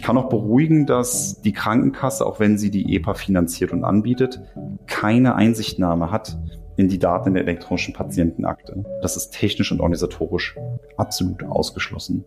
kann auch beruhigen, dass die Krankenkasse, auch wenn sie die EPA finanziert und anbietet, keine Einsichtnahme hat in die Daten in der elektronischen Patientenakte. Das ist technisch und organisatorisch absolut ausgeschlossen.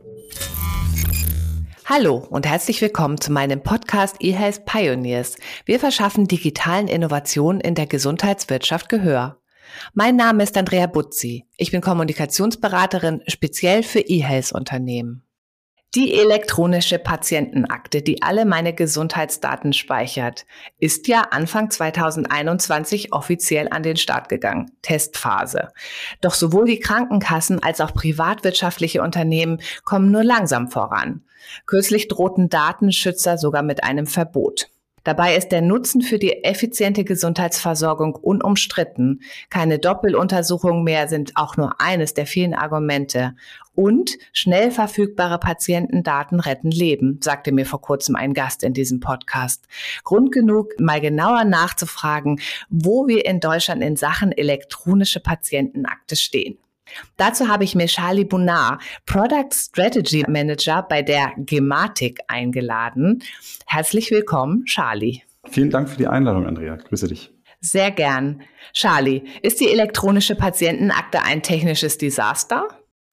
Hallo und herzlich willkommen zu meinem Podcast eHealth Pioneers. Wir verschaffen digitalen Innovationen in der Gesundheitswirtschaft Gehör. Mein Name ist Andrea Butzi. Ich bin Kommunikationsberaterin speziell für eHealth-Unternehmen. Die elektronische Patientenakte, die alle meine Gesundheitsdaten speichert, ist ja Anfang 2021 offiziell an den Start gegangen. Testphase. Doch sowohl die Krankenkassen als auch privatwirtschaftliche Unternehmen kommen nur langsam voran. Kürzlich drohten Datenschützer sogar mit einem Verbot. Dabei ist der Nutzen für die effiziente Gesundheitsversorgung unumstritten. Keine Doppeluntersuchungen mehr sind auch nur eines der vielen Argumente. Und schnell verfügbare Patientendaten retten Leben, sagte mir vor kurzem ein Gast in diesem Podcast. Grund genug, mal genauer nachzufragen, wo wir in Deutschland in Sachen elektronische Patientenakte stehen. Dazu habe ich mir Charlie Bunnar, Product Strategy Manager bei der Gematik, eingeladen. Herzlich willkommen, Charlie. Vielen Dank für die Einladung, Andrea. Grüße dich. Sehr gern. Charlie, ist die elektronische Patientenakte ein technisches Desaster?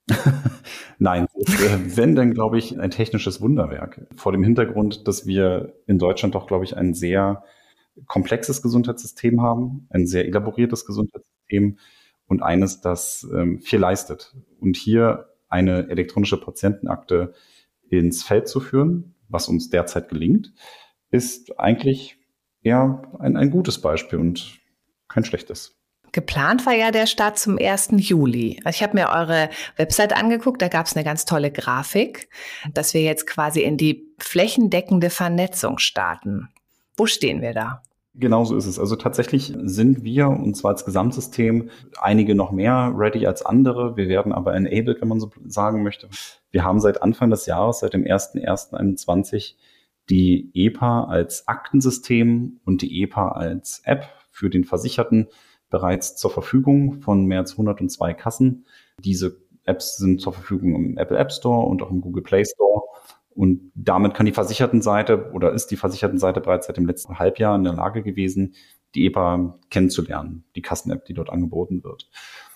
Nein, wenn, dann glaube ich ein technisches Wunderwerk. Vor dem Hintergrund, dass wir in Deutschland doch, glaube ich, ein sehr komplexes Gesundheitssystem haben, ein sehr elaboriertes Gesundheitssystem und eines, das viel leistet. Und hier eine elektronische Patientenakte ins Feld zu führen, was uns derzeit gelingt, ist eigentlich eher ein gutes Beispiel und kein schlechtes. Geplant war ja der Start zum 1. Juli. Ich habe mir eure Website angeguckt, da gab es eine ganz tolle Grafik, dass wir jetzt quasi in die flächendeckende Vernetzung starten. Wo stehen wir da? Genau so ist es. Also tatsächlich sind wir, und zwar als Gesamtsystem, einige noch mehr ready als andere. Wir werden aber enabled, wenn man so sagen möchte. Wir haben seit Anfang des Jahres, seit dem 01.01.2021, die EPA als Aktensystem und die EPA als App für den Versicherten bereits zur Verfügung von mehr als 102 Kassen. Diese Apps sind zur Verfügung im Apple App Store und auch im Google Play Store. Und damit kann die Versichertenseite oder ist die Versichertenseite bereits seit dem letzten Halbjahr in der Lage gewesen, die EPA kennenzulernen, die Kassen-App, die dort angeboten wird.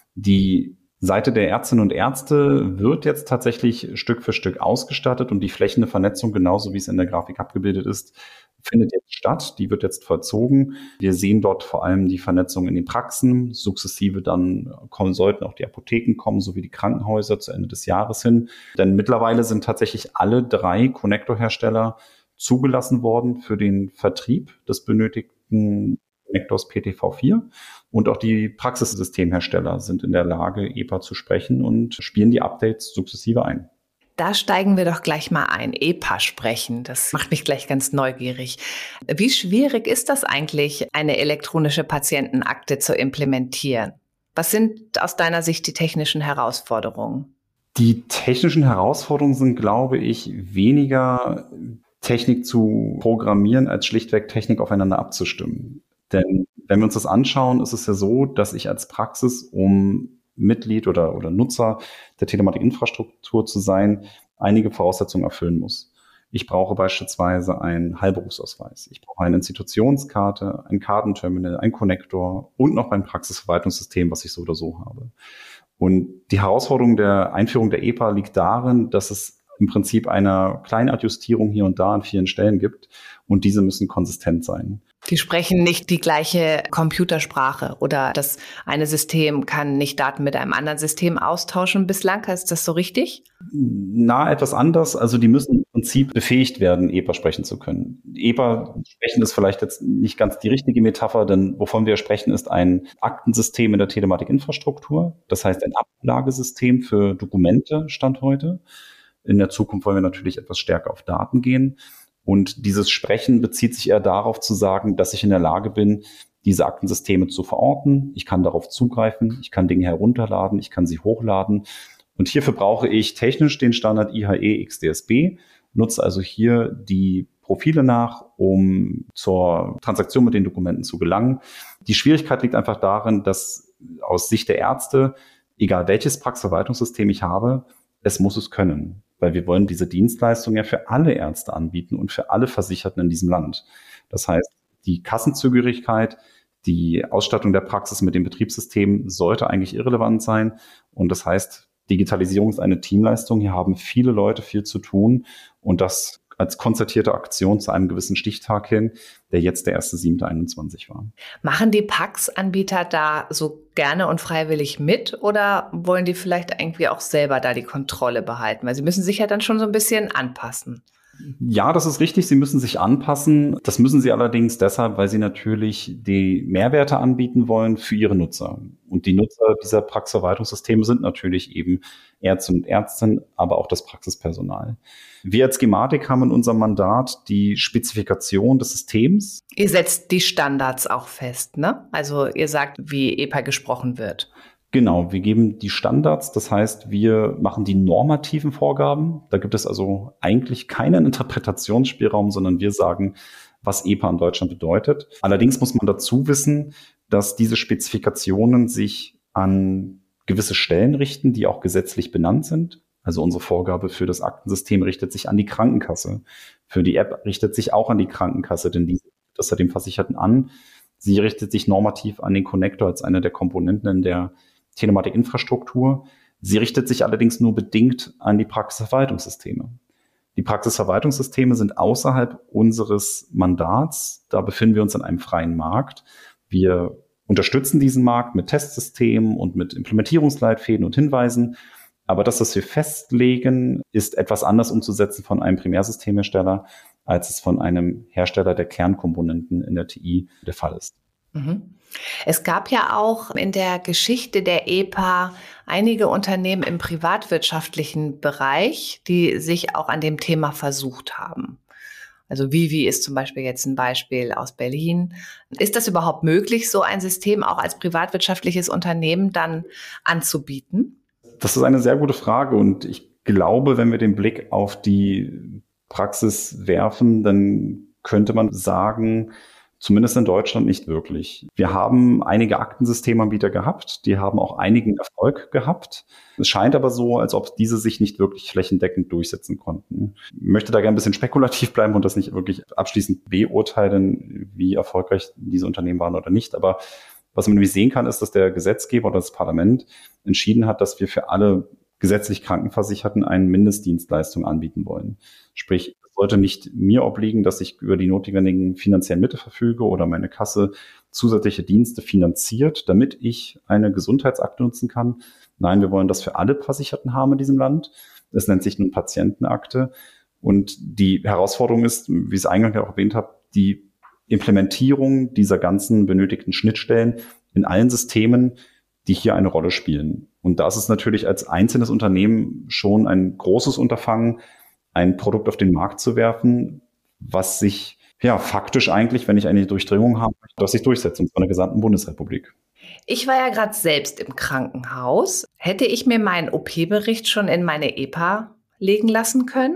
Die Seite der Ärztinnen und Ärzte wird jetzt tatsächlich Stück für Stück ausgestattet und die flächende Vernetzung, genauso wie es in der Grafik abgebildet ist, findet jetzt statt. Die wird jetzt vollzogen. Wir sehen dort vor allem die Vernetzung in den Praxen. Sukzessive dann sollten auch die Apotheken kommen, sowie die Krankenhäuser zu Ende des Jahres hin. Denn mittlerweile sind tatsächlich alle 3 Konnektorhersteller zugelassen worden für den Vertrieb des benötigten Konnektors PTV4. Und auch die Praxissystemhersteller sind in der Lage, EPA zu sprechen und spielen die Updates sukzessive ein. Da steigen wir doch gleich mal ein. EPA sprechen, das macht mich gleich ganz neugierig. Wie schwierig ist das eigentlich, eine elektronische Patientenakte zu implementieren? Was sind aus deiner Sicht die technischen Herausforderungen? Die technischen Herausforderungen sind, glaube ich, weniger Technik zu programmieren, als schlichtweg Technik aufeinander abzustimmen. Denn wenn wir uns das anschauen, ist es ja so, dass ich als Praxis, um Mitglied oder Nutzer der Telematikinfrastruktur zu sein, einige Voraussetzungen erfüllen muss. Ich brauche beispielsweise einen Heilberufsausweis. Ich brauche eine Institutionskarte, ein Kartenterminal, ein Konnektor und noch ein Praxisverwaltungssystem, was ich so oder so habe. Und die Herausforderung der Einführung der EPA liegt darin, dass es im Prinzip eine kleine Adjustierung hier und da an vielen Stellen gibt und diese müssen konsistent sein. Die sprechen nicht die gleiche Computersprache oder das eine System kann nicht Daten mit einem anderen System austauschen bislang. Ist das so richtig? Na, etwas anders. Also die müssen im Prinzip befähigt werden, EPA sprechen zu können. EPA sprechen ist vielleicht jetzt nicht ganz die richtige Metapher, denn wovon wir sprechen, ist ein Aktensystem in der Telematikinfrastruktur. Das heißt ein Ablagesystem für Dokumente Stand heute. In der Zukunft wollen wir natürlich etwas stärker auf Daten gehen. Und dieses Sprechen bezieht sich eher darauf zu sagen, dass ich in der Lage bin, diese Aktensysteme zu verorten. Ich kann darauf zugreifen, ich kann Dinge herunterladen, ich kann sie hochladen. Und hierfür brauche ich technisch den Standard IHE XDSB, nutze also hier die Profile nach, um zur Transaktion mit den Dokumenten zu gelangen. Die Schwierigkeit liegt einfach darin, dass aus Sicht der Ärzte, egal welches Praxisverwaltungssystem ich habe, es muss es können. weil wir wollen diese Dienstleistung ja für alle Ärzte anbieten und für alle Versicherten in diesem Land. Das heißt, die Kassenzugehörigkeit, die Ausstattung der Praxis mit dem Betriebssystem sollte eigentlich irrelevant sein. Und das heißt, Digitalisierung ist eine Teamleistung. Hier haben viele Leute viel zu tun und das als konzertierte Aktion zu einem gewissen Stichtag hin, der jetzt der 1.7.21 war. Machen die PAX-Anbieter da so gerne und freiwillig mit oder wollen die vielleicht irgendwie auch selber da die Kontrolle behalten? Weil sie müssen sich ja dann schon so ein bisschen anpassen. Ja, das ist richtig. Sie müssen sich anpassen. Das müssen sie allerdings deshalb, weil sie natürlich die Mehrwerte anbieten wollen für ihre Nutzer. Und die Nutzer dieser Praxisverwaltungssysteme sind natürlich eben Ärzte und Ärztinnen, aber auch das Praxispersonal. Wir als Gematik haben in unserem Mandat die Spezifikation des Systems. Ihr setzt die Standards auch fest, ne? Also ihr sagt, wie EPA gesprochen wird. Genau, wir geben die Standards, das heißt, wir machen die normativen Vorgaben. Da gibt es also eigentlich keinen Interpretationsspielraum, sondern wir sagen, was EPA in Deutschland bedeutet. Allerdings muss man dazu wissen, dass diese Spezifikationen sich an gewisse Stellen richten, die auch gesetzlich benannt sind. Also unsere Vorgabe für das Aktensystem richtet sich an die Krankenkasse. Für die App richtet sich auch an die Krankenkasse, denn die bietet das ja dem Versicherten an. Sie richtet sich normativ an den Connector als eine der Komponenten in der Telematikinfrastruktur. Sie richtet sich allerdings nur bedingt an die Praxisverwaltungssysteme. Die Praxisverwaltungssysteme sind außerhalb unseres Mandats. Da befinden wir uns in einem freien Markt. Wir unterstützen diesen Markt mit Testsystemen und mit Implementierungsleitfäden und Hinweisen. Aber das, was wir festlegen, ist etwas anders umzusetzen von einem Primärsystemhersteller, als es von einem Hersteller der Kernkomponenten in der TI der Fall ist. Es gab ja auch in der Geschichte der EPA einige Unternehmen im privatwirtschaftlichen Bereich, die sich auch an dem Thema versucht haben. Also Vivi ist zum Beispiel jetzt ein Beispiel aus Berlin. Ist das überhaupt möglich, so ein System auch als privatwirtschaftliches Unternehmen dann anzubieten? Das ist eine sehr gute Frage und ich glaube, wenn wir den Blick auf die Praxis werfen, dann könnte man sagen, zumindest in Deutschland nicht wirklich. Wir haben einige Aktensystemanbieter gehabt, die haben auch einigen Erfolg gehabt. Es scheint aber so, als ob diese sich nicht wirklich flächendeckend durchsetzen konnten. Ich möchte da gerne ein bisschen spekulativ bleiben und das nicht wirklich abschließend beurteilen, wie erfolgreich diese Unternehmen waren oder nicht. Aber was man nämlich sehen kann, ist, dass der Gesetzgeber oder das Parlament entschieden hat, dass wir für alle gesetzlich Krankenversicherten eine Mindestdienstleistung anbieten wollen. Sprich, es sollte nicht mir obliegen, dass ich über die notwendigen finanziellen Mittel verfüge oder meine Kasse zusätzliche Dienste finanziert, damit ich eine Gesundheitsakte nutzen kann. Nein, wir wollen das für alle Versicherten haben in diesem Land. Das nennt sich nun Patientenakte. Und die Herausforderung ist, wie ich es eingangs auch erwähnt habe, die Implementierung dieser ganzen benötigten Schnittstellen in allen Systemen, die hier eine Rolle spielen. Und da ist es natürlich als einzelnes Unternehmen schon ein großes Unterfangen, ein Produkt auf den Markt zu werfen, was sich ja faktisch eigentlich, wenn ich eine Durchdringung habe, dass sich durchsetzt, und zwar in der gesamten Bundesrepublik. Ich war ja gerade selbst im Krankenhaus. Hätte ich mir meinen OP-Bericht schon in meine EPA legen lassen können?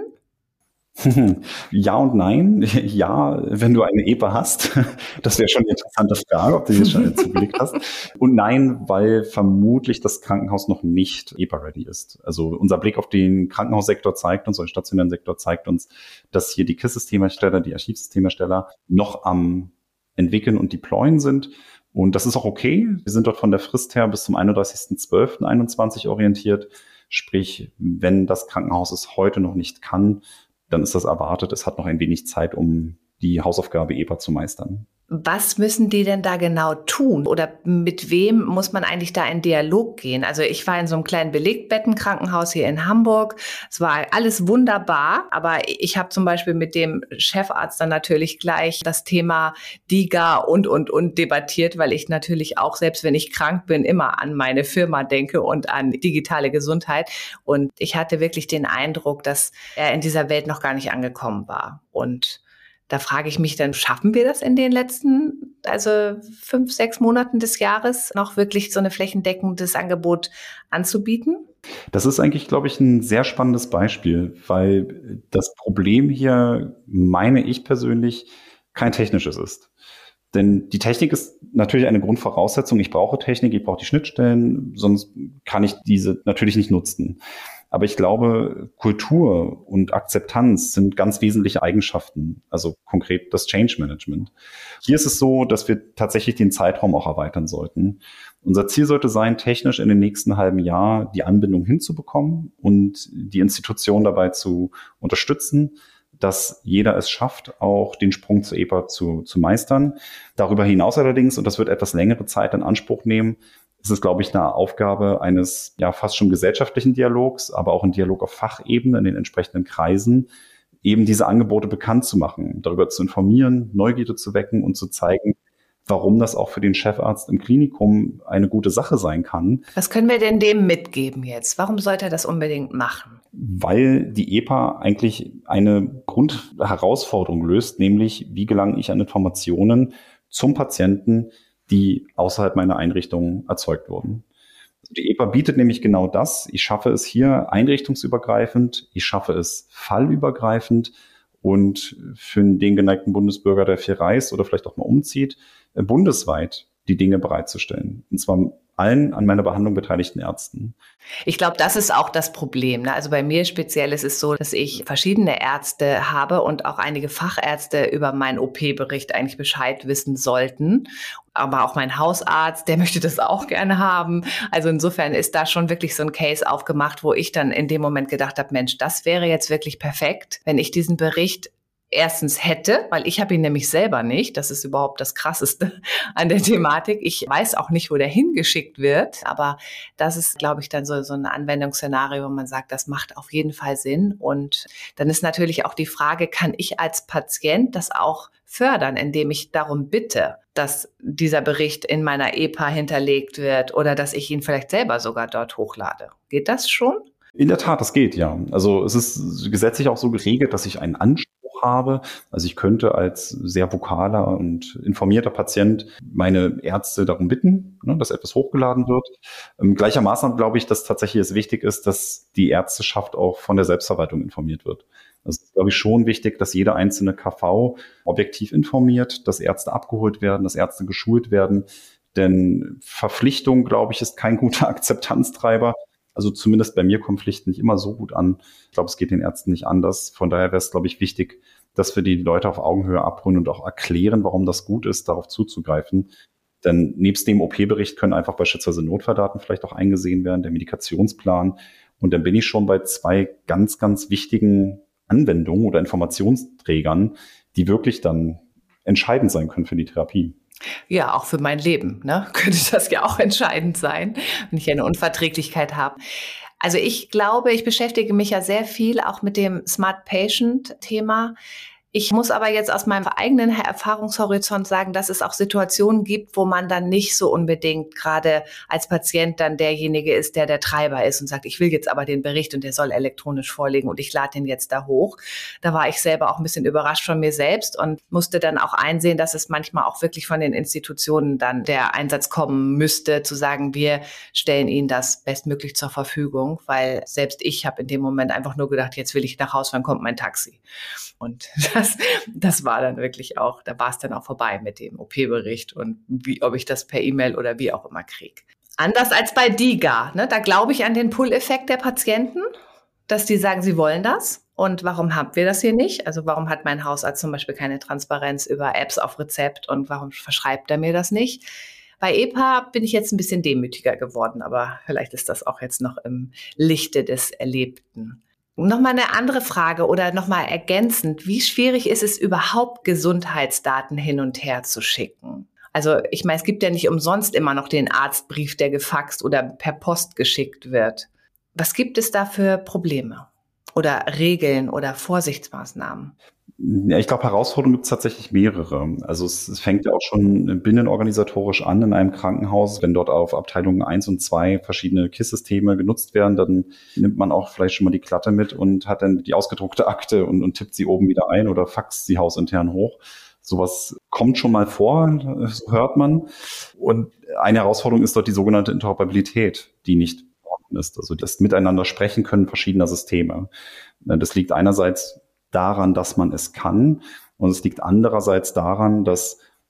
Ja und nein. Ja, wenn du eine EPA hast. Das wäre schon eine interessante Frage, ob du die schon zugelegt hast. Und nein, weil vermutlich das Krankenhaus noch nicht EPA-ready ist. Also unser Blick auf den Krankenhaussektor zeigt uns, oder den stationären Sektor zeigt uns, dass hier die KISS-Systemhersteller, die Archivsystemhersteller noch am entwickeln und deployen sind. Und das ist auch okay. Wir sind dort von der Frist her bis zum 31.12.21 orientiert. Sprich, wenn das Krankenhaus es heute noch nicht kann, dann ist das erwartet. Es hat noch ein wenig Zeit, um die Hausaufgabe EPA zu meistern. Was müssen die denn da genau tun? Oder mit wem muss man eigentlich da in Dialog gehen? Also ich war in so einem kleinen Belegbettenkrankenhaus hier in Hamburg. Es war alles wunderbar, aber ich habe zum Beispiel mit dem Chefarzt dann natürlich gleich das Thema DiGA und debattiert, weil ich natürlich auch, selbst wenn ich krank bin, immer an meine Firma denke und an digitale Gesundheit. Und ich hatte wirklich den Eindruck, dass er in dieser Welt noch gar nicht angekommen war. Und da frage ich mich dann, schaffen wir das in den letzten, 5, 6 Monaten des Jahres, noch wirklich so ein flächendeckendes Angebot anzubieten? Das ist eigentlich, glaube ich, ein sehr spannendes Beispiel, weil das Problem hier, meine ich persönlich, kein technisches ist. Denn die Technik ist natürlich eine Grundvoraussetzung. Ich brauche Technik, ich brauche die Schnittstellen, sonst kann ich diese natürlich nicht nutzen. Aber ich glaube, Kultur und Akzeptanz sind ganz wesentliche Eigenschaften, also konkret das Change Management. Hier ist es so, dass wir tatsächlich den Zeitraum auch erweitern sollten. Unser Ziel sollte sein, technisch in den nächsten halben Jahr die Anbindung hinzubekommen und die Institution dabei zu unterstützen, dass jeder es schafft, auch den Sprung zur EPA zu meistern. Darüber hinaus allerdings, und das wird etwas längere Zeit in Anspruch nehmen, ist es, glaube ich, eine Aufgabe eines ja fast schon gesellschaftlichen Dialogs, aber auch ein Dialog auf Fachebene in den entsprechenden Kreisen, eben diese Angebote bekannt zu machen, darüber zu informieren, Neugierde zu wecken und zu zeigen, warum das auch für den Chefarzt im Klinikum eine gute Sache sein kann. Was können wir denn dem mitgeben jetzt? Warum sollte er das unbedingt machen? Weil die EPA eigentlich eine Grundherausforderung löst, nämlich wie gelange ich an Informationen zum Patienten, die außerhalb meiner Einrichtung erzeugt wurden. Die EPA bietet nämlich genau das. Ich schaffe es hier einrichtungsübergreifend, ich schaffe es fallübergreifend und für den geneigten Bundesbürger, der viel reist oder vielleicht auch mal umzieht, bundesweit die Dinge bereitzustellen. Und zwar allen an meiner Behandlung beteiligten Ärzten. Ich glaube, das ist auch das Problem, ne? Also bei mir speziell ist es so, dass ich verschiedene Ärzte habe und auch einige Fachärzte über meinen OP-Bericht eigentlich Bescheid wissen sollten. Aber auch mein Hausarzt, der möchte das auch gerne haben. Also insofern ist da schon wirklich so ein Case aufgemacht, wo ich dann in dem Moment gedacht habe, Mensch, das wäre jetzt wirklich perfekt, wenn ich diesen Bericht erstens hätte, weil ich habe ihn nämlich selber nicht. Das ist überhaupt das Krasseste an der Thematik. Ich weiß auch nicht, wo der hingeschickt wird. Aber das ist, glaube ich, dann so ein Anwendungsszenario, wo man sagt, das macht auf jeden Fall Sinn. Und dann ist natürlich auch die Frage, kann ich als Patient das auch fördern, indem ich darum bitte, dass dieser Bericht in meiner EPA hinterlegt wird oder dass ich ihn vielleicht selber sogar dort hochlade. Geht das schon? In der Tat, das geht, ja. Also es ist gesetzlich auch so geregelt, dass ich einen Anspruch habe. Also ich könnte als sehr vokaler und informierter Patient meine Ärzte darum bitten, dass etwas hochgeladen wird. Gleichermaßen glaube ich, dass tatsächlich es wichtig ist, dass die Ärzteschaft auch von der Selbstverwaltung informiert wird. Also es ist, glaube ich, schon wichtig, dass jeder einzelne KV objektiv informiert, dass Ärzte abgeholt werden, dass Ärzte geschult werden. Denn Verpflichtung, glaube ich, ist kein guter Akzeptanztreiber. Also zumindest bei mir kommen Pflichten nicht immer so gut an. Ich glaube, es geht den Ärzten nicht anders. Von daher wäre es, glaube ich, wichtig, dass wir die Leute auf Augenhöhe abholen und auch erklären, warum das gut ist, darauf zuzugreifen. Denn nebst dem OP-Bericht können einfach beispielsweise Notfalldaten vielleicht auch eingesehen werden, der Medikationsplan. Und dann bin ich schon bei zwei ganz, ganz wichtigen Anwendungen oder Informationsträgern, die wirklich dann entscheidend sein können für die Therapie. Ja, auch für mein Leben, ne? Könnte das ja auch entscheidend sein, wenn ich eine Unverträglichkeit habe. Also ich glaube, ich beschäftige mich ja sehr viel auch mit dem Smart Patient Thema. Ich muss aber jetzt aus meinem eigenen Erfahrungshorizont sagen, dass es auch Situationen gibt, wo man dann nicht so unbedingt gerade als Patient dann derjenige ist, der Treiber ist und sagt, ich will jetzt aber den Bericht und der soll elektronisch vorliegen und ich lade den jetzt da hoch. Da war ich selber auch ein bisschen überrascht von mir selbst und musste dann auch einsehen, dass es manchmal auch wirklich von den Institutionen dann der Einsatz kommen müsste, zu sagen, wir stellen Ihnen das bestmöglich zur Verfügung, weil selbst ich habe in dem Moment einfach nur gedacht, jetzt will ich nach Hause, wann kommt mein Taxi? Und das war dann wirklich auch, da war es dann auch vorbei mit dem OP-Bericht und ob ich das per E-Mail oder wie auch immer kriege. Anders als bei DiGA, ne? Da glaube ich an den Pull-Effekt der Patienten, dass die sagen, sie wollen das. Und warum haben wir das hier nicht? Also warum hat mein Hausarzt zum Beispiel keine Transparenz über Apps auf Rezept und warum verschreibt er mir das nicht? Bei EPA bin ich jetzt ein bisschen demütiger geworden, aber vielleicht ist das auch jetzt noch im Lichte des Erlebten. Nochmal eine andere Frage oder nochmal ergänzend. Wie schwierig ist es überhaupt, Gesundheitsdaten hin und her zu schicken? Also ich meine, es gibt ja nicht umsonst immer noch den Arztbrief, der gefaxt oder per Post geschickt wird. Was gibt es da für Probleme oder Regeln oder Vorsichtsmaßnahmen? Ja, ich glaube, Herausforderungen gibt es tatsächlich mehrere. Also es fängt ja auch schon binnenorganisatorisch an in einem Krankenhaus. Wenn dort auf Abteilungen 1 und 2 verschiedene KISS-Systeme genutzt werden, dann nimmt man auch vielleicht schon mal die Klatte mit und hat dann die ausgedruckte Akte und tippt sie oben wieder ein oder faxt sie hausintern hoch. Sowas kommt schon mal vor, so hört man. Und eine Herausforderung ist dort die sogenannte Interoperabilität, die nicht vorhanden ist. Also das Miteinander sprechen können verschiedener Systeme. Das liegt einerseits daran, dass man es kann. Und es liegt andererseits daran, dass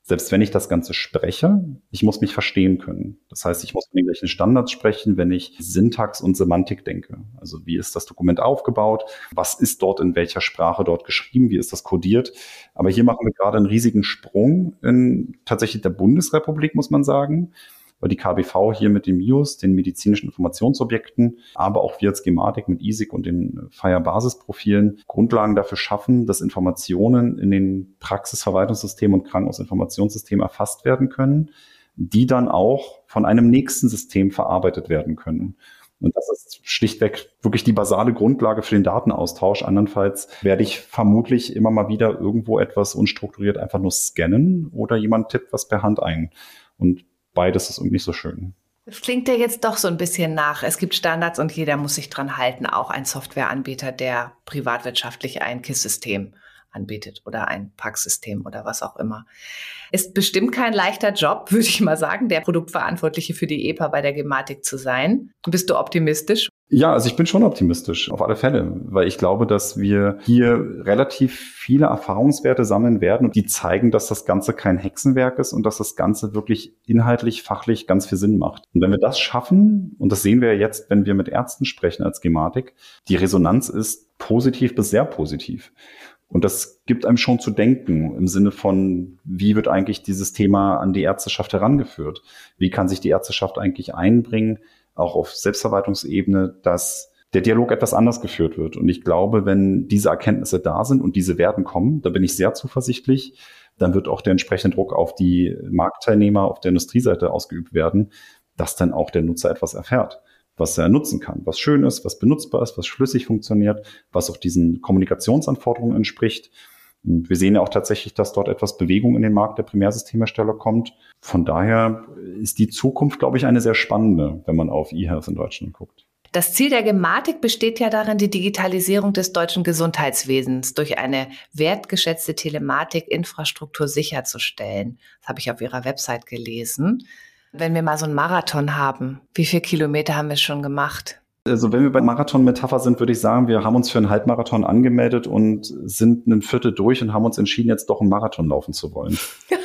Selbst wenn ich das Ganze spreche, ich muss mich verstehen können. Das heißt, ich muss von den gleichen Standards sprechen, wenn ich Syntax und Semantik denke. Also wie ist das Dokument aufgebaut? Was ist dort in welcher Sprache dort geschrieben? Wie ist das kodiert? Aber hier machen wir gerade einen riesigen Sprung in tatsächlich der Bundesrepublik, muss man sagen, weil die KBV hier mit den MIUS, den medizinischen Informationsobjekten, aber auch wir als Gematik mit ISIG und den FHIR-Basisprofilen Grundlagen dafür schaffen, dass Informationen in den Praxisverwaltungssystemen und Krankenhausinformationssystemen erfasst werden können, die dann auch von einem nächsten System verarbeitet werden können. Und das ist schlichtweg wirklich die basale Grundlage für den Datenaustausch. Andernfalls werde ich vermutlich immer mal wieder irgendwo etwas unstrukturiert einfach nur scannen oder jemand tippt was per Hand ein. Und beides ist irgendwie nicht so schön. Das klingt ja jetzt doch so ein bisschen nach. Es gibt Standards und jeder muss sich dran halten. Auch ein Softwareanbieter, der privatwirtschaftlich ein KISS-System anbietet oder ein PACS-System oder was auch immer. Ist bestimmt kein leichter Job, würde ich mal sagen, der Produktverantwortliche für die EPA bei der Gematik zu sein. Bist du optimistisch? Ja, also ich bin schon optimistisch, auf alle Fälle, weil ich glaube, dass wir hier relativ viele Erfahrungswerte sammeln werden und die zeigen, dass das Ganze kein Hexenwerk ist und dass das Ganze wirklich inhaltlich, fachlich ganz viel Sinn macht. Und wenn wir das schaffen, und das sehen wir ja jetzt, wenn wir mit Ärzten sprechen als Gematik, die Resonanz ist positiv bis sehr positiv. Und das gibt einem schon zu denken im Sinne von, wie wird eigentlich dieses Thema an die Ärzteschaft herangeführt? Wie kann sich die Ärzteschaft eigentlich einbringen, auch auf Selbstverwaltungsebene, dass der Dialog etwas anders geführt wird. Und ich glaube, wenn diese Erkenntnisse da sind und diese werden kommen, da bin ich sehr zuversichtlich, dann wird auch der entsprechende Druck auf die Marktteilnehmer auf der Industrieseite ausgeübt werden, dass dann auch der Nutzer etwas erfährt, was er nutzen kann, was schön ist, was benutzbar ist, was schlüssig funktioniert, was auch diesen Kommunikationsanforderungen entspricht. Und wir sehen ja auch tatsächlich, dass dort etwas Bewegung in den Markt der Primärsystemersteller kommt. Von daher ist die Zukunft, glaube ich, eine sehr spannende, wenn man auf eHealth in Deutschland guckt. Das Ziel der Gematik besteht ja darin, die Digitalisierung des deutschen Gesundheitswesens durch eine wertgeschätzte Telematik-Infrastruktur sicherzustellen. Das habe ich auf Ihrer Website gelesen. Wenn wir mal so einen Marathon haben, wie viele Kilometer haben wir schon gemacht? Also wenn wir bei Marathon-Metapher sind, würde ich sagen, wir haben uns für einen Halbmarathon angemeldet und sind ein Viertel durch und haben uns entschieden, jetzt doch einen Marathon laufen zu wollen.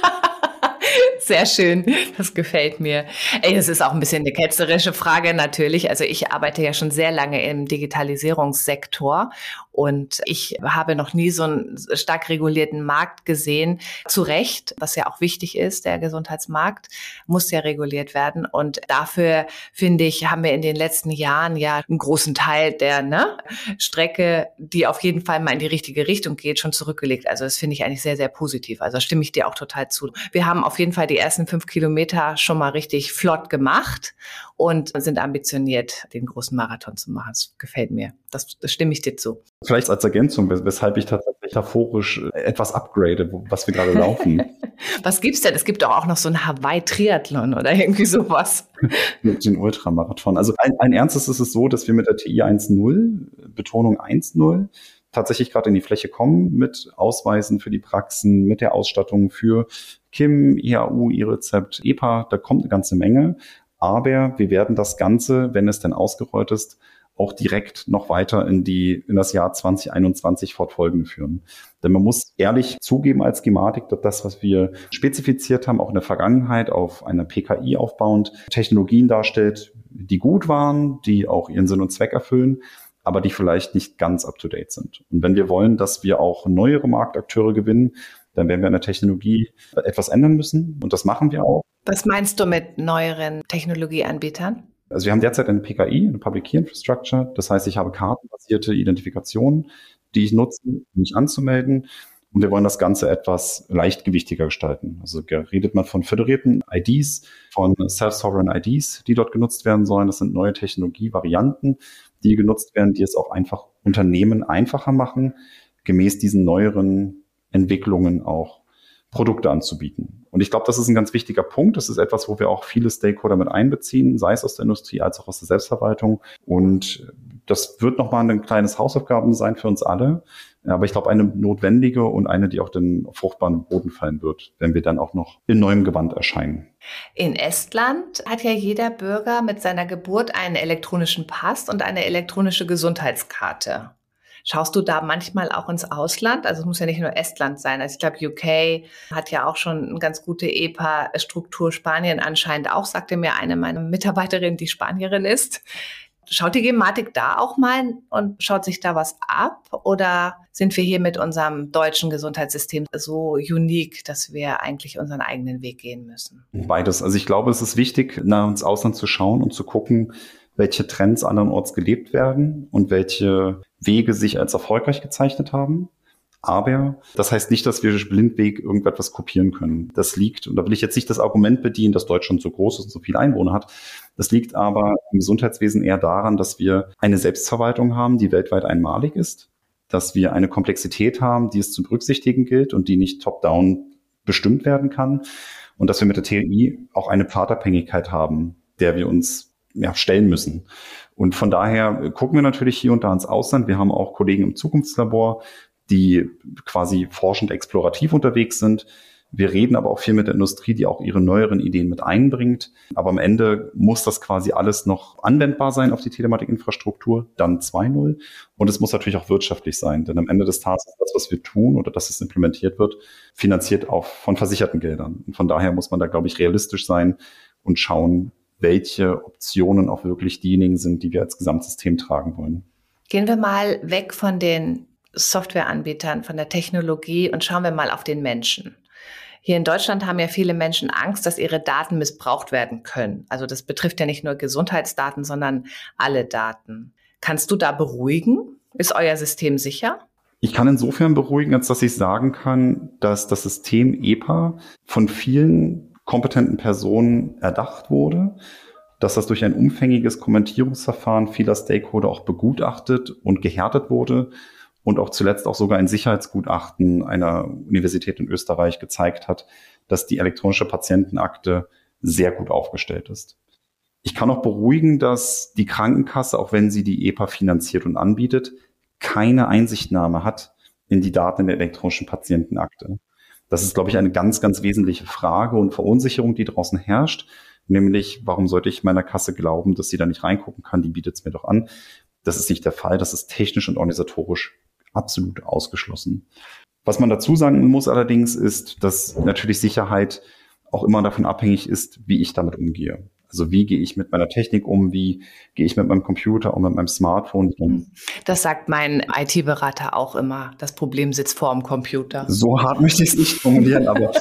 Sehr schön, das gefällt mir. Es ist auch ein bisschen eine ketzerische Frage natürlich. Also ich arbeite ja schon sehr lange im Digitalisierungssektor und ich habe noch nie so einen stark regulierten Markt gesehen. Zu Recht, was ja auch wichtig ist, der Gesundheitsmarkt muss ja reguliert werden. Und dafür, finde ich, haben wir in den letzten Jahren ja einen großen Teil der Strecke, die auf jeden Fall mal in die richtige Richtung geht, schon zurückgelegt. Also das finde ich eigentlich sehr, sehr positiv. Also da stimme ich dir auch total zu. Wir haben auf jeden Fall die ersten 5 Kilometer schon mal richtig flott gemacht und sind ambitioniert, den großen Marathon zu machen. Das gefällt mir. Das stimme ich dir zu. Vielleicht als Ergänzung, weshalb ich tatsächlich metaphorisch etwas upgrade, was wir gerade laufen. Was gibt's denn? Es gibt doch auch noch so einen Hawaii-Triathlon oder irgendwie sowas. Mit den Ultramarathon. Also ein Ernstes ist es so, dass wir mit der TI 1.0, Betonung 1.0, tatsächlich gerade in die Fläche kommen mit Ausweisen für die Praxen, mit der Ausstattung für KIM, IHU, E-Rezept, EPA. Da kommt eine ganze Menge. Aber wir werden das Ganze, wenn es denn ausgerollt ist, auch direkt noch weiter in das Jahr 2021 fortfolgende führen. Denn man muss ehrlich zugeben als Gematik, dass das, was wir spezifiziert haben, auch in der Vergangenheit auf einer PKI aufbauend, Technologien darstellt, die gut waren, die auch ihren Sinn und Zweck erfüllen, aber die vielleicht nicht ganz up-to-date sind. Und wenn wir wollen, dass wir auch neuere Marktakteure gewinnen, dann werden wir an der Technologie etwas ändern müssen. Und das machen wir auch. Was meinst du mit neueren Technologieanbietern? Also wir haben derzeit eine PKI, eine Public Key Infrastructure. Das heißt, ich habe kartenbasierte Identifikationen, die ich nutze, um mich anzumelden. Und wir wollen das Ganze etwas leichtgewichtiger gestalten. Also redet man von föderierten IDs, von Self-Sovereign IDs, die dort genutzt werden sollen. Das sind neue Technologievarianten, die genutzt werden, die es auch einfach Unternehmen einfacher machen, gemäß diesen neueren Entwicklungen auch Produkte anzubieten. Und ich glaube, das ist ein ganz wichtiger Punkt. Das ist etwas, wo wir auch viele Stakeholder mit einbeziehen, sei es aus der Industrie als auch aus der Selbstverwaltung. Und das wird nochmal ein kleines Hausaufgaben sein für uns alle. Aber ich glaube, eine notwendige und eine, die auch den fruchtbaren Boden fallen wird, wenn wir dann auch noch in neuem Gewand erscheinen. In Estland hat ja jeder Bürger mit seiner Geburt einen elektronischen Pass und eine elektronische Gesundheitskarte. Schaust du da manchmal auch ins Ausland? Also es muss ja nicht nur Estland sein. Also ich glaube, UK hat ja auch schon eine ganz gute EPA-Struktur. Spanien anscheinend auch, sagte mir eine meiner Mitarbeiterinnen, die Spanierin ist. Schaut die Gematik da auch mal und schaut sich da was ab? Oder sind wir hier mit unserem deutschen Gesundheitssystem so unique, dass wir eigentlich unseren eigenen Weg gehen müssen? Beides. Also ich glaube, es ist wichtig, ins Ausland zu schauen und zu gucken, welche Trends andernorts gelebt werden und welche Wege sich als erfolgreich gezeichnet haben. Aber das heißt nicht, dass wir blindweg irgendetwas kopieren können. Das liegt, und da will ich jetzt nicht das Argument bedienen, dass Deutschland so groß ist und so viele Einwohner hat. Das liegt aber im Gesundheitswesen eher daran, dass wir eine Selbstverwaltung haben, die weltweit einmalig ist, dass wir eine Komplexität haben, die es zu berücksichtigen gilt und die nicht top-down bestimmt werden kann, und dass wir mit der TLI auch eine Pfadabhängigkeit haben, der wir uns stellen müssen. Und von daher gucken wir natürlich hier und da ins Ausland. Wir haben auch Kollegen im Zukunftslabor, die quasi forschend explorativ unterwegs sind. Wir reden aber auch viel mit der Industrie, die auch ihre neueren Ideen mit einbringt. Aber am Ende muss das quasi alles noch anwendbar sein auf die Telematikinfrastruktur, dann 2.0. Und es muss natürlich auch wirtschaftlich sein, denn am Ende des Tages ist das, was wir tun oder dass es implementiert wird, finanziert auch von versicherten Geldern. Und von daher muss man da, glaube ich, realistisch sein und schauen, welche Optionen auch wirklich diejenigen sind, die wir als Gesamtsystem tragen wollen. Gehen wir mal weg von den Softwareanbietern, von der Technologie und schauen wir mal auf den Menschen. Hier in Deutschland haben ja viele Menschen Angst, dass ihre Daten missbraucht werden können. Also das betrifft ja nicht nur Gesundheitsdaten, sondern alle Daten. Kannst du da beruhigen? Ist euer System sicher? Ich kann insofern beruhigen, als dass ich sagen kann, dass das System EPA von vielen kompetenten Personen erdacht wurde, dass das durch ein umfängiges Kommentierungsverfahren vieler Stakeholder auch begutachtet und gehärtet wurde und auch zuletzt auch sogar ein Sicherheitsgutachten einer Universität in Österreich gezeigt hat, dass die elektronische Patientenakte sehr gut aufgestellt ist. Ich kann auch beruhigen, dass die Krankenkasse, auch wenn sie die EPA finanziert und anbietet, keine Einsichtnahme hat in die Daten in der elektronischen Patientenakte. Das ist, glaube ich, eine ganz, ganz wesentliche Frage und Verunsicherung, die draußen herrscht. Nämlich, warum sollte ich meiner Kasse glauben, dass sie da nicht reingucken kann? Die bietet es mir doch an. Das ist nicht der Fall. Das ist technisch und organisatorisch absolut ausgeschlossen. Was man dazu sagen muss allerdings, ist, dass natürlich Sicherheit auch immer davon abhängig ist, wie ich damit umgehe. Also wie gehe ich mit meiner Technik um, wie gehe ich mit meinem Computer und mit meinem Smartphone um. Das sagt mein IT-Berater auch immer. Das Problem sitzt vor dem Computer. So hart möchte ich es nicht formulieren, aber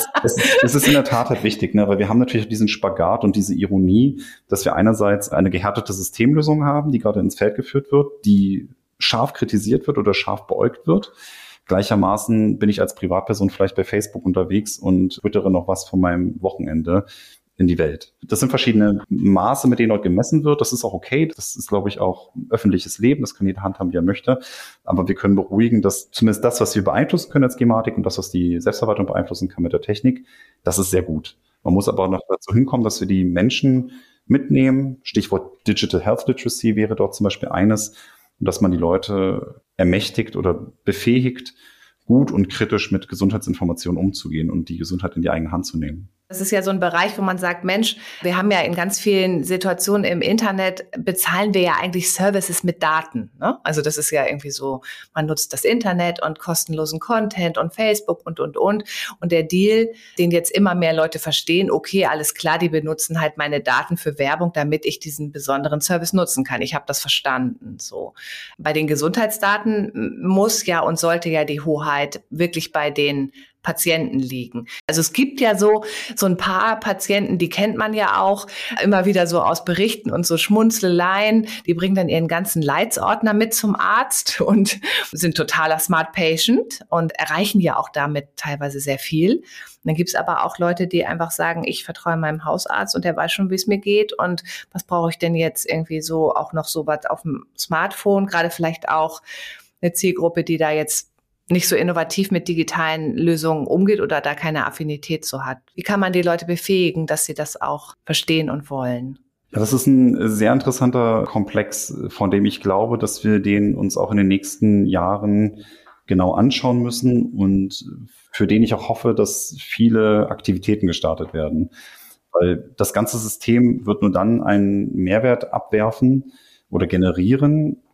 es ist in der Tat halt wichtig, ne? Weil wir haben natürlich diesen Spagat und diese Ironie, dass wir einerseits eine gehärtete Systemlösung haben, die gerade ins Feld geführt wird, die scharf kritisiert wird oder scharf beäugt wird. Gleichermaßen bin ich als Privatperson vielleicht bei Facebook unterwegs und twittere noch was von meinem Wochenende in die Welt. Das sind verschiedene Maße, mit denen dort gemessen wird. Das ist auch okay. Das ist, glaube ich, auch öffentliches Leben. Das kann jeder handhaben, wie er möchte. Aber wir können beruhigen, dass zumindest das, was wir beeinflussen können als Gematik und das, was die Selbstverwaltung beeinflussen kann mit der Technik, das ist sehr gut. Man muss aber noch dazu hinkommen, dass wir die Menschen mitnehmen. Stichwort Digital Health Literacy wäre dort zum Beispiel eines. Und dass man die Leute ermächtigt oder befähigt, gut und kritisch mit Gesundheitsinformationen umzugehen und die Gesundheit in die eigene Hand zu nehmen. Das ist ja so ein Bereich, wo man sagt, Mensch, wir haben ja in ganz vielen Situationen im Internet, bezahlen wir ja eigentlich Services mit Daten, ne? Also das ist ja irgendwie so, man nutzt das Internet und kostenlosen Content und Facebook und. Und der Deal, den jetzt immer mehr Leute verstehen, okay, alles klar, die benutzen halt meine Daten für Werbung, damit ich diesen besonderen Service nutzen kann. Ich habe das verstanden. So. Bei den Gesundheitsdaten muss ja und sollte ja die Hoheit wirklich bei den Patienten liegen. Also es gibt ja so ein paar Patienten, die kennt man ja auch immer wieder so aus Berichten und so Schmunzleleien. Die bringen dann ihren ganzen Leitsordner mit zum Arzt und sind totaler Smart Patient und erreichen ja auch damit teilweise sehr viel. Und dann gibt's aber auch Leute, die einfach sagen, ich vertraue meinem Hausarzt und der weiß schon, wie es mir geht und was brauche ich denn jetzt irgendwie so auch noch so was auf dem Smartphone, gerade vielleicht auch eine Zielgruppe, die da jetzt nicht so innovativ mit digitalen Lösungen umgeht oder da keine Affinität so hat. Wie kann man die Leute befähigen, dass sie das auch verstehen und wollen? Ja, das ist ein sehr interessanter Komplex, von dem ich glaube, dass wir den uns auch in den nächsten Jahren genau anschauen müssen und für den ich auch hoffe, dass viele Aktivitäten gestartet werden. Weil das ganze System wird nur dann einen Mehrwert abwerfen oder generieren,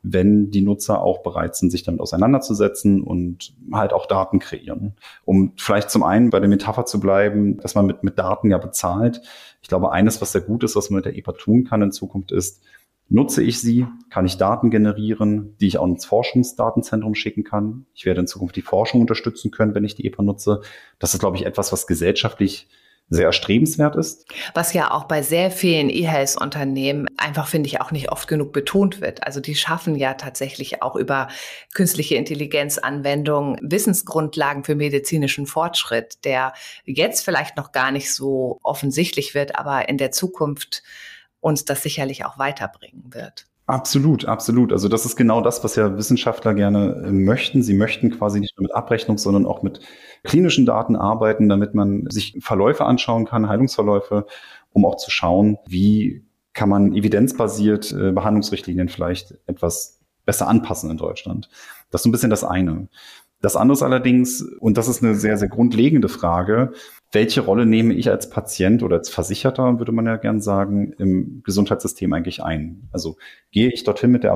wenn die Nutzer auch bereit sind, sich damit auseinanderzusetzen und halt auch Daten kreieren. Um vielleicht zum einen bei der Metapher zu bleiben, dass man mit Daten ja bezahlt. Ich glaube, eines, was sehr gut ist, was man mit der EPA tun kann in Zukunft ist, nutze ich sie, kann ich Daten generieren, die ich auch ins Forschungsdatenzentrum schicken kann. Ich werde in Zukunft die Forschung unterstützen können, wenn ich die EPA nutze. Das ist, glaube ich, etwas, was gesellschaftlich sehr erstrebenswert ist. Was ja auch bei sehr vielen E-Health-Unternehmen einfach, finde ich, auch nicht oft genug betont wird. Also die schaffen ja tatsächlich auch über künstliche Intelligenzanwendungen Wissensgrundlagen für medizinischen Fortschritt, der jetzt vielleicht noch gar nicht so offensichtlich wird, aber in der Zukunft uns das sicherlich auch weiterbringen wird. Absolut, absolut. Also das ist genau das, was ja Wissenschaftler gerne möchten. Sie möchten quasi nicht nur mit Abrechnung, sondern auch mit klinischen Daten arbeiten, damit man sich Verläufe anschauen kann, Heilungsverläufe, um auch zu schauen, wie kann man evidenzbasiert Behandlungsrichtlinien vielleicht etwas besser anpassen in Deutschland. Das ist so ein bisschen das eine. Das andere ist allerdings, und das ist eine sehr, sehr grundlegende Frage, welche Rolle nehme ich als Patient oder als Versicherter, würde man ja gern sagen, im Gesundheitssystem eigentlich ein? Also gehe ich dorthin mit der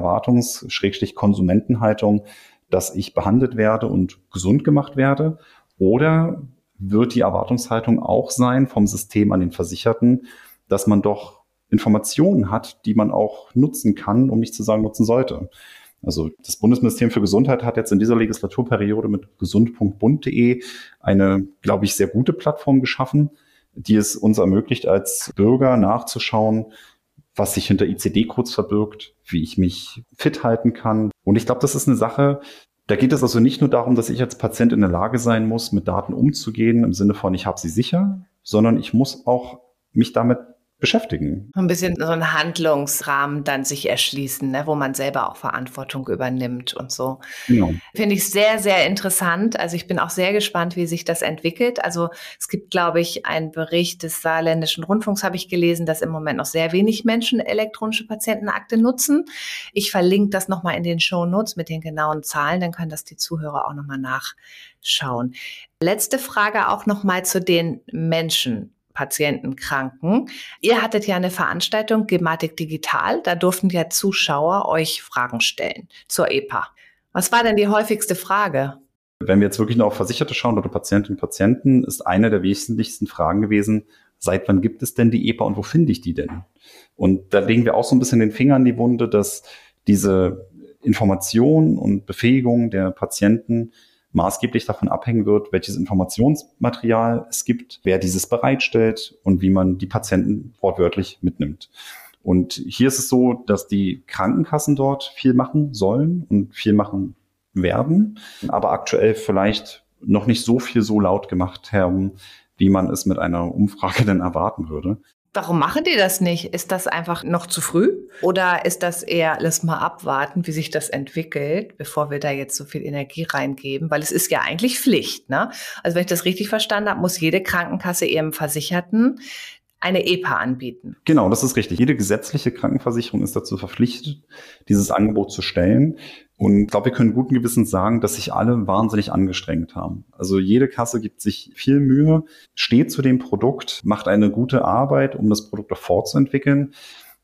Konsumentenhaltung, dass ich behandelt werde und gesund gemacht werde? Oder wird die Erwartungshaltung auch sein vom System an den Versicherten, dass man doch Informationen hat, die man auch nutzen kann, um nicht zu sagen, nutzen sollte? Also das Bundesministerium für Gesundheit hat jetzt in dieser Legislaturperiode mit gesund.bund.de eine, glaube ich, sehr gute Plattform geschaffen, die es uns ermöglicht, als Bürger nachzuschauen, was sich hinter ICD-Codes verbirgt, wie ich mich fit halten kann. Und ich glaube, das ist eine Sache, da geht es also nicht nur darum, dass ich als Patient in der Lage sein muss, mit Daten umzugehen, im Sinne von, ich habe sie sicher, sondern ich muss auch mich damit beschäftigen. Ein bisschen so ein Handlungsrahmen dann sich erschließen, ne, wo man selber auch Verantwortung übernimmt und so. Genau. Finde ich sehr, sehr interessant. Also ich bin auch sehr gespannt, wie sich das entwickelt. Also es gibt, glaube ich, einen Bericht des Saarländischen Rundfunks, habe ich gelesen, dass im Moment noch sehr wenig Menschen elektronische Patientenakte nutzen. Ich verlinke das nochmal in den Shownotes mit den genauen Zahlen, dann können das die Zuhörer auch nochmal nachschauen. Letzte Frage auch nochmal zu den Menschen. Patienten, Kranken. Ihr hattet ja eine Veranstaltung, Gematik Digital, da durften ja Zuschauer euch Fragen stellen zur EPA. Was war denn die häufigste Frage? Wenn wir jetzt wirklich nur auf Versicherte schauen oder Patientinnen und Patienten, ist eine der wesentlichsten Fragen gewesen, seit wann gibt es denn die EPA und wo finde ich die denn? Und da legen wir auch so ein bisschen den Finger in die Wunde, dass diese Information und Befähigung der Patienten maßgeblich davon abhängen wird, welches Informationsmaterial es gibt, wer dieses bereitstellt und wie man die Patienten wortwörtlich mitnimmt. Und hier ist es so, dass die Krankenkassen dort viel machen sollen und viel machen werden, aber aktuell vielleicht noch nicht so viel so laut gemacht haben, wie man es mit einer Umfrage denn erwarten würde. Warum machen die das nicht? Ist das einfach noch zu früh? Oder ist das eher, lass mal abwarten, wie sich das entwickelt, bevor wir da jetzt so viel Energie reingeben? Weil es ist ja eigentlich Pflicht, ne? Also wenn ich das richtig verstanden habe, muss jede Krankenkasse ihrem Versicherten eine EPA anbieten. Genau, das ist richtig. Jede gesetzliche Krankenversicherung ist dazu verpflichtet, dieses Angebot zu stellen. Und ich glaube, wir können guten Gewissens sagen, dass sich alle wahnsinnig angestrengt haben. Also jede Kasse gibt sich viel Mühe, steht zu dem Produkt, macht eine gute Arbeit, um das Produkt auch fortzuentwickeln.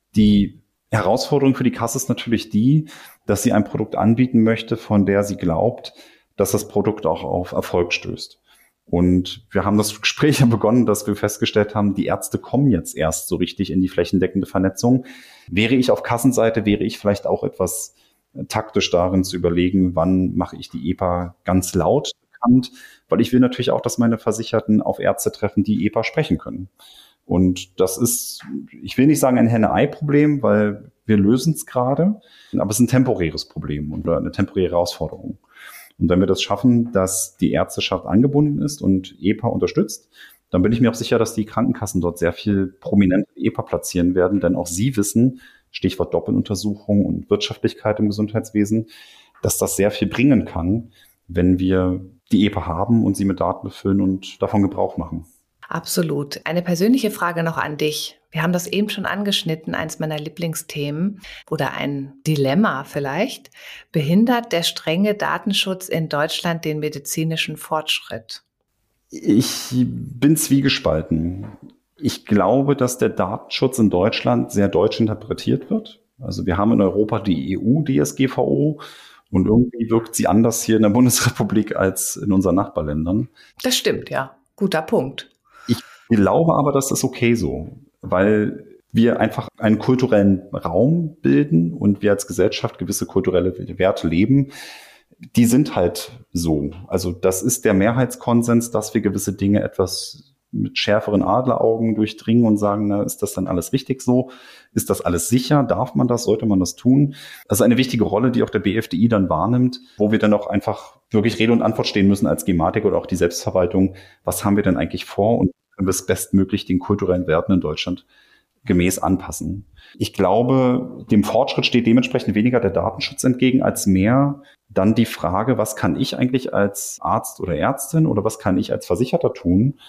Die Herausforderung für die Kasse ist natürlich die, dass sie ein Produkt anbieten möchte, von der sie glaubt, dass das Produkt auch auf Erfolg stößt. Und wir haben das Gespräch ja begonnen, dass wir festgestellt haben, die Ärzte kommen jetzt erst so richtig in die flächendeckende Vernetzung. Wäre ich auf Kassenseite, wäre ich vielleicht auch etwas taktisch darin zu überlegen, wann mache ich die EPA ganz laut bekannt, weil ich will natürlich auch, dass meine Versicherten auf Ärzte treffen, die EPA sprechen können. Und das ist, ich will nicht sagen ein Henne-Ei-Problem, weil wir lösen es gerade, aber es ist ein temporäres Problem und eine temporäre Herausforderung. Und wenn wir das schaffen, dass die Ärzteschaft angebunden ist und EPA unterstützt, dann bin ich mir auch sicher, dass die Krankenkassen dort sehr viel prominent EPA platzieren werden, denn auch sie wissen, Stichwort Doppeluntersuchung und Wirtschaftlichkeit im Gesundheitswesen, dass das sehr viel bringen kann, wenn wir die EPA haben und sie mit Daten befüllen und davon Gebrauch machen. Absolut. Eine persönliche Frage noch an dich. Wir haben das eben schon angeschnitten, eines meiner Lieblingsthemen oder ein Dilemma vielleicht. Behindert der strenge Datenschutz in Deutschland den medizinischen Fortschritt? Ich bin zwiegespalten. Ich glaube, dass der Datenschutz in Deutschland sehr deutsch interpretiert wird. Also wir haben in Europa die EU-DSGVO und irgendwie wirkt sie anders hier in der Bundesrepublik als in unseren Nachbarländern. Das stimmt, ja. Guter Punkt. Ich glaube aber, das ist okay so, weil wir einfach einen kulturellen Raum bilden und wir als Gesellschaft gewisse kulturelle Werte leben. Die sind halt so. Also das ist der Mehrheitskonsens, dass wir gewisse Dinge etwas mit schärferen Adleraugen durchdringen und sagen, na, ist das dann alles richtig so? Ist das alles sicher? Darf man das? Sollte man das tun? Das ist eine wichtige Rolle, die auch der BfDI dann wahrnimmt, wo wir dann auch einfach wirklich Rede und Antwort stehen müssen als Gematik oder auch die Selbstverwaltung. Was haben wir denn eigentlich vor und können wir es bestmöglich den kulturellen Werten in Deutschland gemäß anpassen? Ich glaube, dem Fortschritt steht dementsprechend weniger der Datenschutz entgegen, als mehr dann die Frage, was kann ich eigentlich als Arzt oder Ärztin oder was kann ich als Versicherter tun,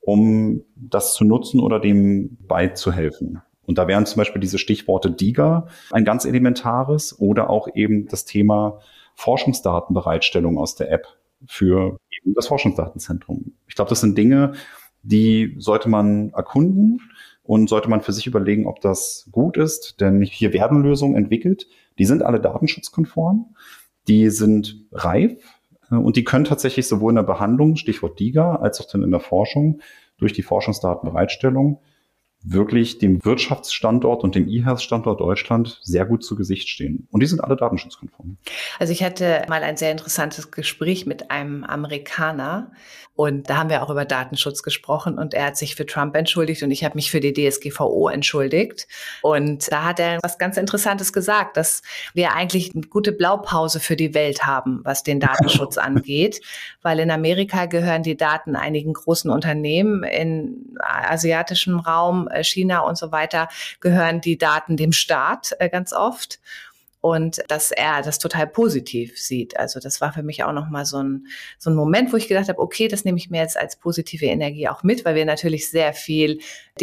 um das zu nutzen oder dem beizuhelfen. Und da wären zum Beispiel diese Stichworte DIGA ein ganz elementares oder auch eben das Thema Forschungsdatenbereitstellung aus der App für eben das Forschungsdatenzentrum. Ich glaube, das sind Dinge, die sollte man erkunden und sollte man für sich überlegen, ob das gut ist. Denn hier werden Lösungen entwickelt, die sind alle datenschutzkonform, die sind reif und die können tatsächlich sowohl in der Behandlung, Stichwort DIGA, als auch dann in der Forschung durch die Forschungsdatenbereitstellung wirklich dem Wirtschaftsstandort und dem E-Health-Standort Deutschland sehr gut zu Gesicht stehen. Und die sind alle datenschutzkonform. Also ich hatte mal ein sehr interessantes Gespräch mit einem Amerikaner und da haben wir auch über Datenschutz gesprochen und er hat sich für Trump entschuldigt und ich habe mich für die DSGVO entschuldigt. Und da hat er was ganz Interessantes gesagt, dass wir eigentlich eine gute Blaupause für die Welt haben, was den Datenschutz angeht, weil in Amerika gehören die Daten einigen großen Unternehmen, in asiatischem Raum, China und so weiter, gehören die Daten dem Staat ganz oft. Und dass er das total positiv sieht. Also das war für mich auch nochmal so ein Moment, wo ich gedacht habe, okay, das nehme ich mir jetzt als positive Energie auch mit, weil wir natürlich sehr viel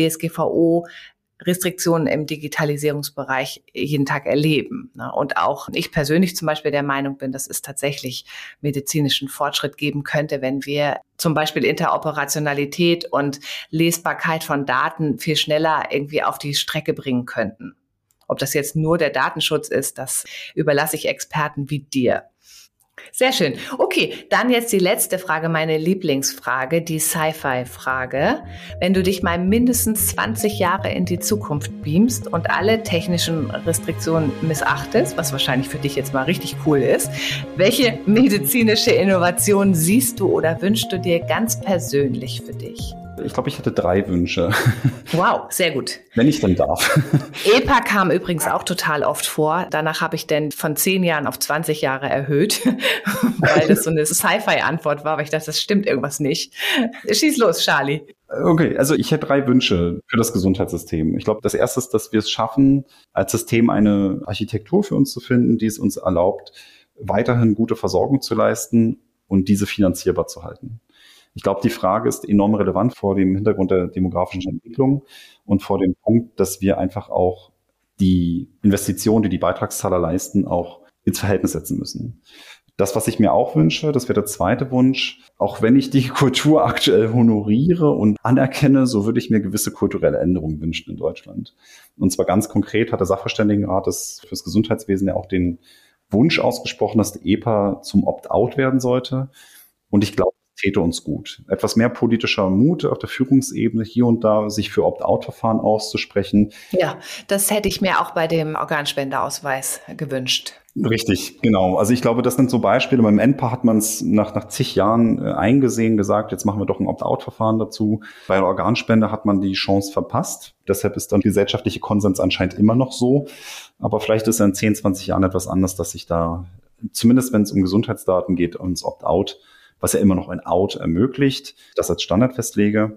DSGVO-Restriktionen im Digitalisierungsbereich jeden Tag erleben. Und auch ich persönlich zum Beispiel der Meinung bin, dass es tatsächlich medizinischen Fortschritt geben könnte, wenn wir zum Beispiel Interoperationalität und Lesbarkeit von Daten viel schneller irgendwie auf die Strecke bringen könnten. Ob das jetzt nur der Datenschutz ist, das überlasse ich Experten wie dir. Sehr schön. Okay, dann jetzt die letzte Frage, meine Lieblingsfrage, die Sci-Fi-Frage. Wenn du dich mal mindestens 20 Jahre in die Zukunft beamst und alle technischen Restriktionen missachtest, was wahrscheinlich für dich jetzt mal richtig cool ist, welche medizinische Innovation siehst du oder wünschst du dir ganz persönlich für dich? Ich glaube, ich hatte 3 Wünsche. Wow, sehr gut. Wenn ich dann darf. EPA kam übrigens auch total oft vor. Danach habe ich dann von 10 Jahren auf 20 Jahre erhöht, weil das so eine Sci-Fi-Antwort war, aber ich dachte, das stimmt irgendwas nicht. Schieß los, Charlie. Okay, also ich hätte 3 Wünsche für das Gesundheitssystem. Ich glaube, das erste ist, dass wir es schaffen, als System eine Architektur für uns zu finden, die es uns erlaubt, weiterhin gute Versorgung zu leisten und diese finanzierbar zu halten. Ich glaube, die Frage ist enorm relevant vor dem Hintergrund der demografischen Entwicklung und vor dem Punkt, dass wir einfach auch die Investitionen, die die Beitragszahler leisten, auch ins Verhältnis setzen müssen. Das, was ich mir auch wünsche, das wäre der zweite Wunsch, auch wenn ich die Kultur aktuell honoriere und anerkenne, so würde ich mir gewisse kulturelle Änderungen wünschen in Deutschland. Und zwar ganz konkret hat der Sachverständigenrat fürs Gesundheitswesen ja auch den Wunsch ausgesprochen, dass die EPA zum Opt-out werden sollte. Und ich glaube, täte uns gut. Etwas mehr politischer Mut auf der Führungsebene hier und da, sich für Opt-out-Verfahren auszusprechen. Ja, das hätte ich mir auch bei dem Organspendeausweis gewünscht. Richtig, genau. Also ich glaube, das sind so Beispiele. Beim NPA hat man es nach zig Jahren eingesehen, gesagt, jetzt machen wir doch ein Opt-out-Verfahren dazu. Bei der Organspende hat man die Chance verpasst. Deshalb ist dann gesellschaftliche Konsens anscheinend immer noch so. Aber vielleicht ist er in 10, 20 Jahren etwas anders, dass sich da, zumindest wenn es um Gesundheitsdaten geht, ums Opt-out, was ja immer noch ein Out ermöglicht, das als Standard festlege.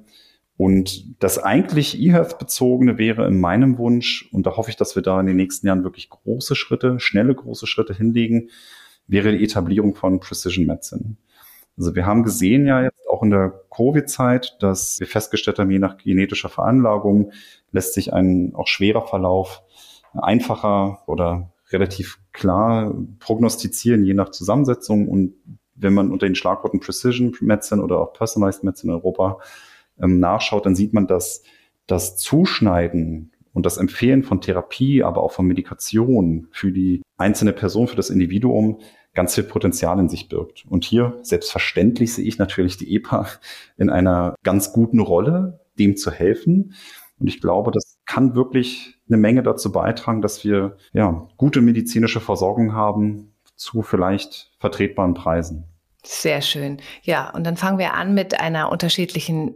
Und das eigentlich eHealth-bezogene wäre in meinem Wunsch, und da hoffe ich, dass wir da in den nächsten Jahren wirklich schnelle große Schritte hinlegen, wäre die Etablierung von Precision Medicine. Also wir haben gesehen ja jetzt auch in der Covid-Zeit, dass wir festgestellt haben, je nach genetischer Veranlagung lässt sich ein auch schwerer Verlauf einfacher oder relativ klar prognostizieren, je nach Zusammensetzung. Und wenn man unter den Schlagworten Precision Medicine oder auch Personalized Medicine in Europa nachschaut, dann sieht man, dass das Zuschneiden und das Empfehlen von Therapie, aber auch von Medikation für die einzelne Person, für das Individuum ganz viel Potenzial in sich birgt. Und hier, selbstverständlich, sehe ich natürlich die EPA in einer ganz guten Rolle, dem zu helfen. Und ich glaube, das kann wirklich eine Menge dazu beitragen, dass wir gute medizinische Versorgung haben zu vielleicht vertretbaren Preisen. Sehr schön. Ja, und dann fangen wir an mit einer unterschiedlichen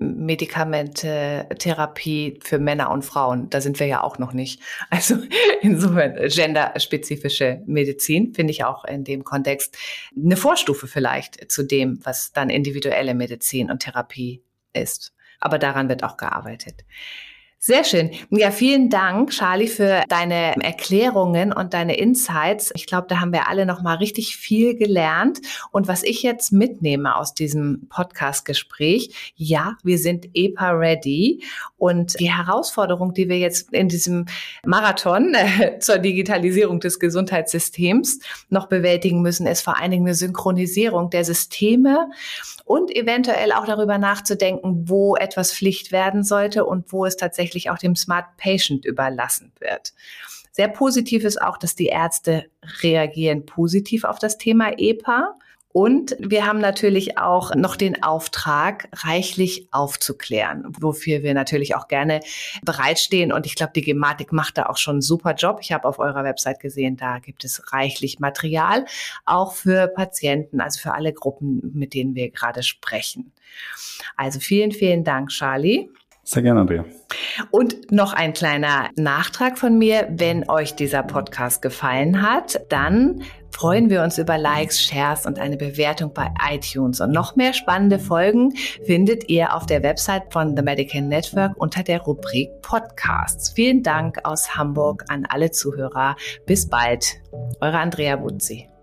Medikamentetherapie für Männer und Frauen. Da sind wir ja auch noch nicht. Also insofern genderspezifische Medizin finde ich auch in dem Kontext eine Vorstufe vielleicht zu dem, was dann individuelle Medizin und Therapie ist. Aber daran wird auch gearbeitet. Sehr schön. Ja, vielen Dank, Charlie, für deine Erklärungen und deine Insights. Ich glaube, da haben wir alle noch mal richtig viel gelernt. Und was ich jetzt mitnehme aus diesem Podcast-Gespräch, ja, wir sind EPA-ready. Und die Herausforderung, die wir jetzt in diesem Marathon zur Digitalisierung des Gesundheitssystems noch bewältigen müssen, ist vor allen Dingen eine Synchronisierung der Systeme und eventuell auch darüber nachzudenken, wo etwas Pflicht werden sollte und wo es tatsächlich auch dem Smart Patient überlassen wird. Sehr positiv ist auch, dass die Ärzte reagieren positiv auf das Thema EPA. Und wir haben natürlich auch noch den Auftrag, reichlich aufzuklären, wofür wir natürlich auch gerne bereitstehen. Und ich glaube, die Gematik macht da auch schon einen super Job. Ich habe auf eurer Website gesehen, da gibt es reichlich Material, auch für Patienten, also für alle Gruppen, mit denen wir gerade sprechen. Also vielen, vielen Dank, Charlie. Sehr gerne, Andrea. Und noch ein kleiner Nachtrag von mir. Wenn euch dieser Podcast gefallen hat, dann freuen wir uns über Likes, Shares und eine Bewertung bei iTunes. Und noch mehr spannende Folgen findet ihr auf der Website von The Medical Network unter der Rubrik Podcasts. Vielen Dank aus Hamburg an alle Zuhörer. Bis bald. Eure Andrea Butzi.